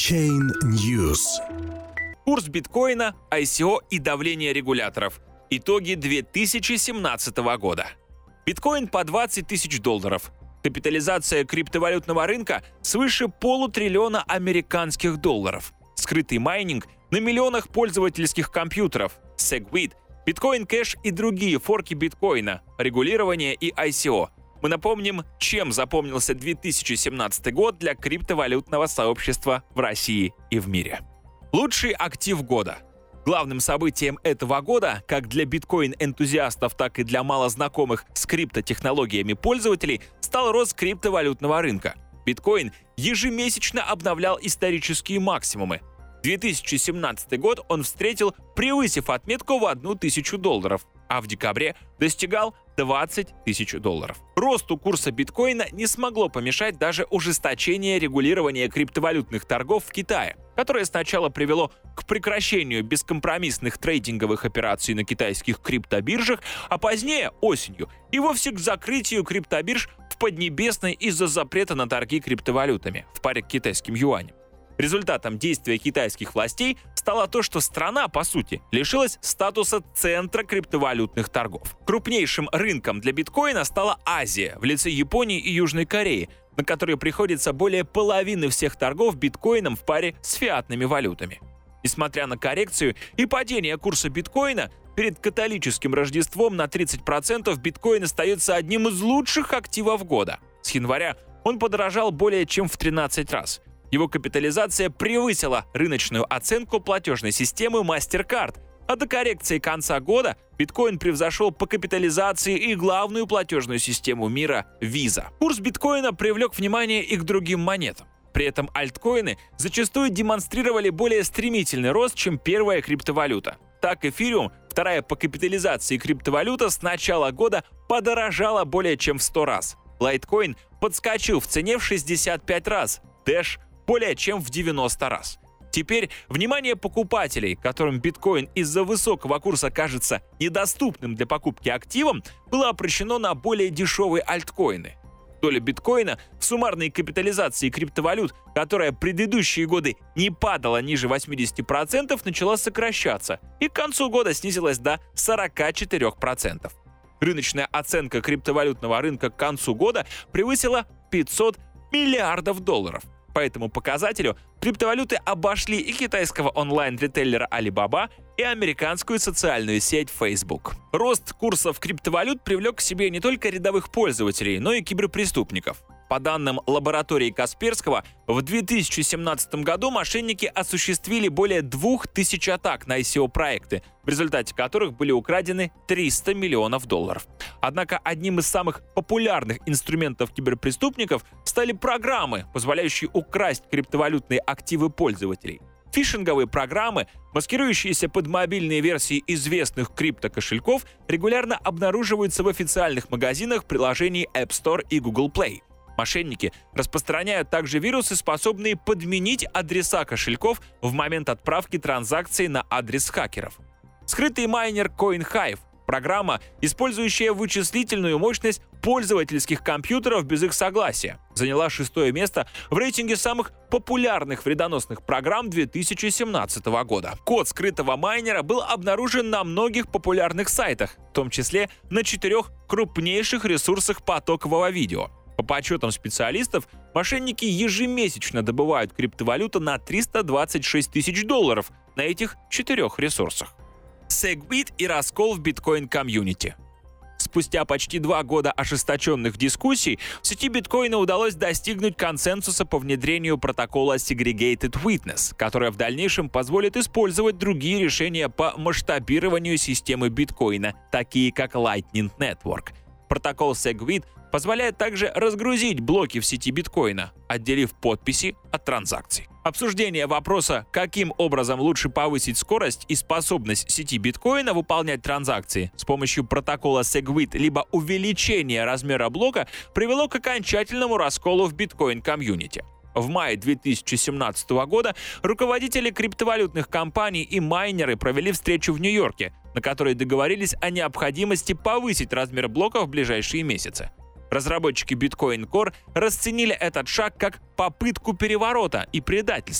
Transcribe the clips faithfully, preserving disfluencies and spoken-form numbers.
Chain News. Курс биткоина, ай си о и давление регуляторов. Итоги две тысячи семнадцатого года. Биткоин по двадцать тысяч долларов. Капитализация криптовалютного рынка свыше полутриллиона американских долларов. Скрытый майнинг на миллионах пользовательских компьютеров. Segwit, Bitcoin Cash и другие форки биткоина, регулирование и ай си о. Мы напомним, чем запомнился две тысячи семнадцатый год для криптовалютного сообщества в России и в мире. Лучший актив года. Главным событием этого года, как для биткоин-энтузиастов, так и для малознакомых с криптотехнологиями пользователей, стал рост криптовалютного рынка. Биткоин ежемесячно обновлял исторические максимумы. две тысячи семнадцатый год он встретил, превысив отметку в одну тысячу долларов, а в декабре достигал двадцать тысяч долларов. Росту курса биткоина не смогло помешать даже ужесточение регулирования криптовалютных торгов в Китае, которое сначала привело к прекращению бескомпромиссных трейдинговых операций на китайских криптобиржах, а позднее, осенью, и вовсе к закрытию криптобирж в Поднебесной из-за запрета на торги криптовалютами в паре к китайским юаням. Результатом действия китайских властей стало то, что страна, по сути, лишилась статуса центра криптовалютных торгов. Крупнейшим рынком для биткоина стала Азия в лице Японии и Южной Кореи, на которые приходится более половины всех торгов биткоином в паре с фиатными валютами. Несмотря на коррекцию и падение курса биткоина, перед католическим Рождеством на тридцать процентов биткоин остается одним из лучших активов года. С января он подорожал более чем в тринадцать раз. Его капитализация превысила рыночную оценку платежной системы MasterCard, а до коррекции конца года биткоин превзошел по капитализации и главную платежную систему мира Visa. Курс биткоина привлек внимание и к другим монетам. При этом альткоины зачастую демонстрировали более стремительный рост, чем первая криптовалюта. Так, эфириум, вторая по капитализации криптовалюта, с начала года подорожала более чем в сто раз. Лайткоин подскочил в цене в шестьдесят пять раз. Dash более чем в девяносто раз. Теперь внимание покупателей, которым биткоин из-за высокого курса кажется недоступным для покупки активом, было обращено на более дешевые альткоины. Доля биткоина в суммарной капитализации криптовалют, которая предыдущие годы не падала ниже восемьдесят процентов, начала сокращаться и к концу года снизилась до сорок четыре процента. Рыночная оценка криптовалютного рынка к концу года превысила пятьсот миллиардов долларов. По этому показателю криптовалюты обошли и китайского онлайн-ритейлера Alibaba, и американскую социальную сеть Facebook. Рост курсов криптовалют привлек к себе не только рядовых пользователей, но и киберпреступников. По данным лаборатории Касперского, в две тысячи семнадцатом году мошенники осуществили более двух тысяч атак на ай си о-проекты, в результате которых были украдены триста миллионов долларов. Однако одним из самых популярных инструментов киберпреступников стали программы, позволяющие украсть криптовалютные активы пользователей. Фишинговые программы, маскирующиеся под мобильные версии известных криптокошельков, регулярно обнаруживаются в официальных магазинах приложений App Store и Google Play. Мошенники распространяют также вирусы, способные подменить адреса кошельков в момент отправки транзакций на адрес хакеров. Скрытый майнер CoinHive – программа, использующая вычислительную мощность пользовательских компьютеров без их согласия, заняла шестое место в рейтинге самых популярных вредоносных программ две тысячи семнадцатого года. Код скрытого майнера был обнаружен на многих популярных сайтах, в том числе на четырех крупнейших ресурсах потокового видео. По подсчетам специалистов, мошенники ежемесячно добывают криптовалюту на триста двадцать шесть тысяч долларов на этих четырех ресурсах. Segwit и раскол в биткоин-комьюнити. Спустя почти два года ожесточенных дискуссий в сети биткоина удалось достигнуть консенсуса по внедрению протокола Segregated Witness, которое в дальнейшем позволит использовать другие решения по масштабированию системы биткоина, такие как Lightning Network. Протокол Segwit позволяет также разгрузить блоки в сети биткоина, отделив подписи от транзакций. Обсуждение вопроса, каким образом лучше повысить скорость и способность сети биткоина выполнять транзакции с помощью протокола Segwit либо увеличения размера блока, привело к окончательному расколу в биткоин-комьюнити. В мае две тысячи семнадцатого года руководители криптовалютных компаний и майнеры провели встречу в Нью-Йорке, на которой договорились о необходимости повысить размер блоков в ближайшие месяцы. Разработчики Bitcoin Core расценили этот шаг как попытку переворота и предательства.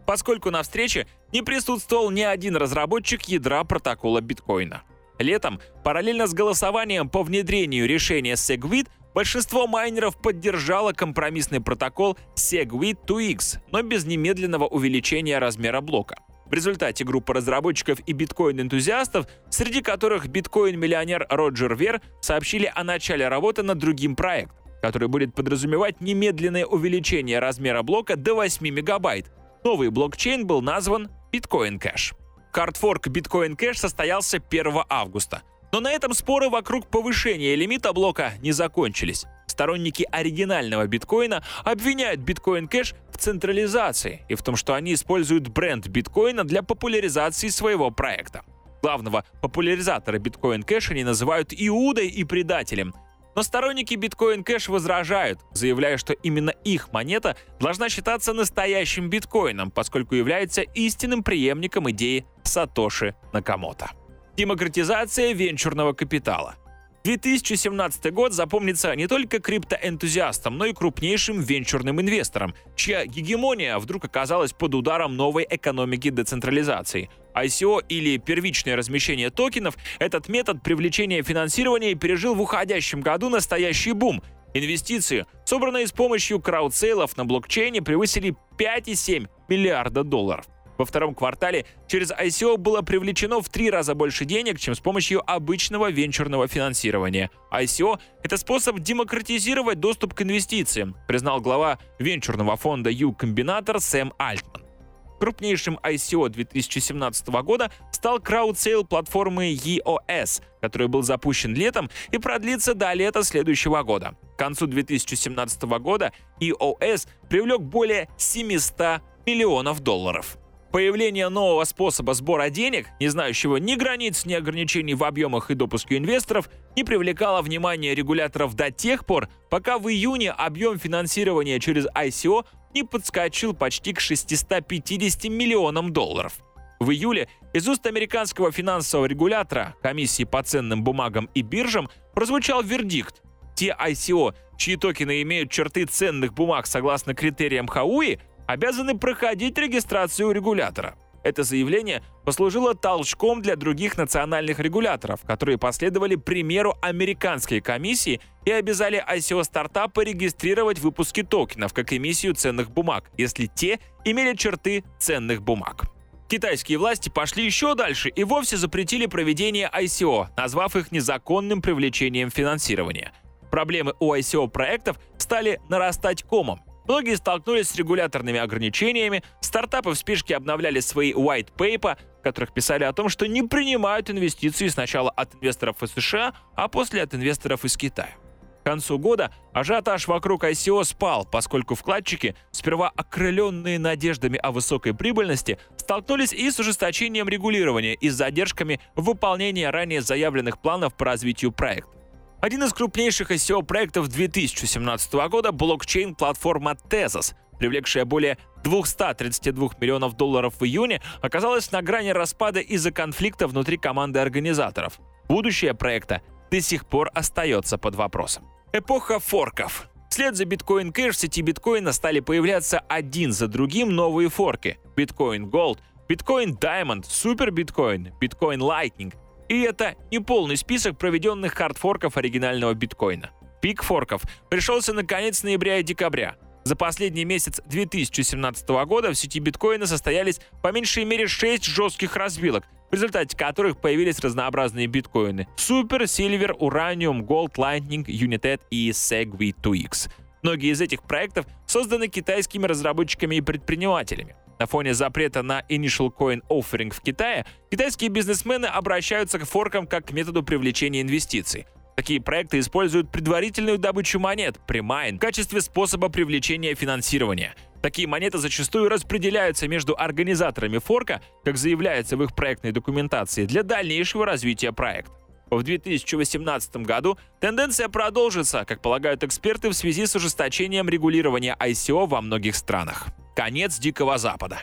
поскольку на встрече не присутствовал ни один разработчик ядра протокола биткоина. Летом, параллельно с голосованием по внедрению решения SegWit, большинство майнеров поддержало компромиссный протокол SegWit два икс, но без немедленного увеличения размера блока. В результате группа разработчиков и биткоин-энтузиастов, среди которых биткоин-миллионер Роджер Вер, сообщили о начале работы над другим проектом, который будет подразумевать немедленное увеличение размера блока до восьми мегабайт. Новый блокчейн был назван Bitcoin Cash. Хардфорк Bitcoin Cash состоялся первого августа. Но на этом споры вокруг повышения лимита блока не закончились. Сторонники оригинального биткоина обвиняют Bitcoin Cash в централизации и в том, что они используют бренд биткоина для популяризации своего проекта. Главного популяризатора Bitcoin Cash они называют Иудой и предателем. Но сторонники Bitcoin Cash возражают, заявляя, что именно их монета должна считаться настоящим биткоином, поскольку является истинным преемником идеи Сатоши Накамото. Демократизация венчурного капитала. две тысячи семнадцатый год запомнится не только криптоэнтузиастам, но и крупнейшим венчурным инвесторам, чья гегемония вдруг оказалась под ударом новой экономики децентрализации. ай си о или первичное размещение токенов – этот метод привлечения финансирования пережил в уходящем году настоящий бум. Инвестиции, собранные с помощью краудсейлов на блокчейне, превысили пять целых семь десятых миллиарда долларов. Во втором квартале через ай си о было привлечено в три раза больше денег, чем с помощью обычного венчурного финансирования. ай си о – это способ демократизировать доступ к инвестициям, признал глава венчурного фонда U-Combinator Сэм Альтман. Крупнейшим ай си о две тысячи семнадцатого года стал краудсейл платформы и о эс, который был запущен летом и продлится до лета следующего года. К концу две тысячи семнадцатого года и о эс привлек более семисот миллионов долларов. Появление нового способа сбора денег, не знающего ни границ, ни ограничений в объемах и допуске инвесторов, не привлекало внимание регуляторов до тех пор, пока в июне объем финансирования через ай си о не подскочил почти к шестистам пятидесяти миллионам долларов. В июле из уст американского финансового регулятора, комиссии по ценным бумагам и биржам, прозвучал вердикт. Те ай си о, чьи токены имеют черты ценных бумаг согласно критериям Хауи, обязаны проходить регистрацию у регулятора. Это заявление послужило толчком для других национальных регуляторов, которые последовали примеру американской комиссии и обязали ай си о-стартапы регистрировать выпуски токенов как эмиссию ценных бумаг, если те имели черты ценных бумаг. Китайские власти пошли еще дальше и вовсе запретили проведение ай си о, назвав их незаконным привлечением финансирования. Проблемы у ай си о-проектов стали нарастать комом. Многие столкнулись с регуляторными ограничениями, стартапы в спешке обновляли свои white paper, в которых писали о том, что не принимают инвестиции сначала от инвесторов из США, а после от инвесторов из Китая. К концу года ажиотаж вокруг ай си о спал, поскольку вкладчики, сперва окрыленные надеждами о высокой прибыльности, столкнулись и с ужесточением регулирования и с задержками в выполнении ранее заявленных планов по развитию проекта. Один из крупнейших ай си о-проектов две тысячи семнадцатого года – блокчейн-платформа Tezos, привлекшая более двухсот тридцати двух миллионов долларов в июне, оказалась на грани распада из-за конфликта внутри команды организаторов. Будущее проекта до сих пор остается под вопросом. Эпоха форков. Вслед за Bitcoin Cash в сети биткоина стали появляться один за другим новые форки – Bitcoin Gold, Bitcoin Diamond, Super Bitcoin, Bitcoin Lightning. И это не полный список проведенных хардфорков оригинального биткоина. Пик форков пришелся на конец ноября и декабря. За последний месяц две тысячи семнадцатого года в сети биткоина состоялись по меньшей мере шесть жестких разбилок, в результате которых появились разнообразные биткоины – Super, Silver, Uranium, Gold, Lightning, United и SegWit два икс. Многие из этих проектов созданы китайскими разработчиками и предпринимателями. На фоне запрета на Initial Coin Offering в Китае, китайские бизнесмены обращаются к форкам как к методу привлечения инвестиций. Такие проекты используют предварительную добычу монет, премайн, в качестве способа привлечения финансирования. Такие монеты зачастую распределяются между организаторами форка, как заявляется в их проектной документации, для дальнейшего развития проекта. В две тысячи восемнадцатом году тенденция продолжится, как полагают эксперты, в связи с ужесточением регулирования ай си о во многих странах. Конец Дикого Запада.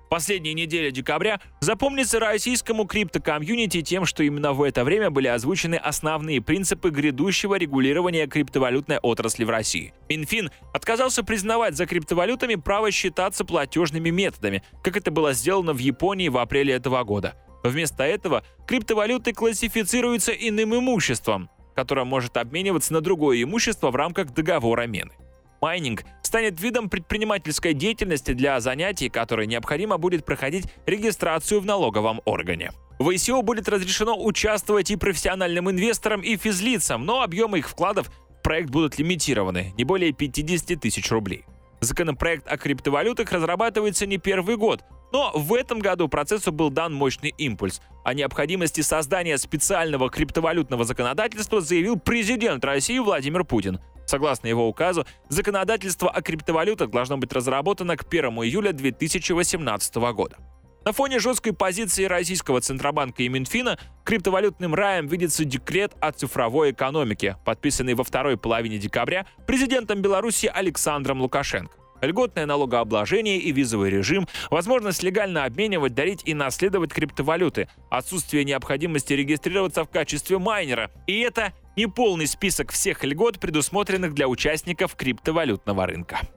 Последняя неделя декабря запомнится российскому криптокомьюнити тем, что именно в это время были озвучены основные принципы грядущего регулирования криптовалютной отрасли в России. Минфин отказался признавать за криптовалютами право считаться платежными методами, как это было сделано в Японии в апреле этого года. Вместо этого криптовалюты классифицируются иным имуществом, которое может обмениваться на другое имущество в рамках договора мены. Майнинг станет видом предпринимательской деятельности для занятий, которое необходимо будет проходить регистрацию в налоговом органе. В ай си о будет разрешено участвовать и профессиональным инвесторам, и физлицам, но объемы их вкладов в проект будут лимитированы – не более пятьдесят тысяч рублей. Законопроект о криптовалютах разрабатывается не первый год, но в этом году процессу был дан мощный импульс. О необходимости создания специального криптовалютного законодательства заявил президент России Владимир Путин. Согласно его указу, законодательство о криптовалютах должно быть разработано к первому июля две тысячи восемнадцатого года. На фоне жесткой позиции российского Центробанка и Минфина криптовалютным раем видится декрет о цифровой экономике, подписанный во второй половине декабря президентом Беларуси Александром Лукашенко. Льготное налогообложение и визовый режим, возможность легально обменивать, дарить и наследовать криптовалюты, отсутствие необходимости регистрироваться в качестве майнера. И это не полный список всех льгот, предусмотренных для участников криптовалютного рынка.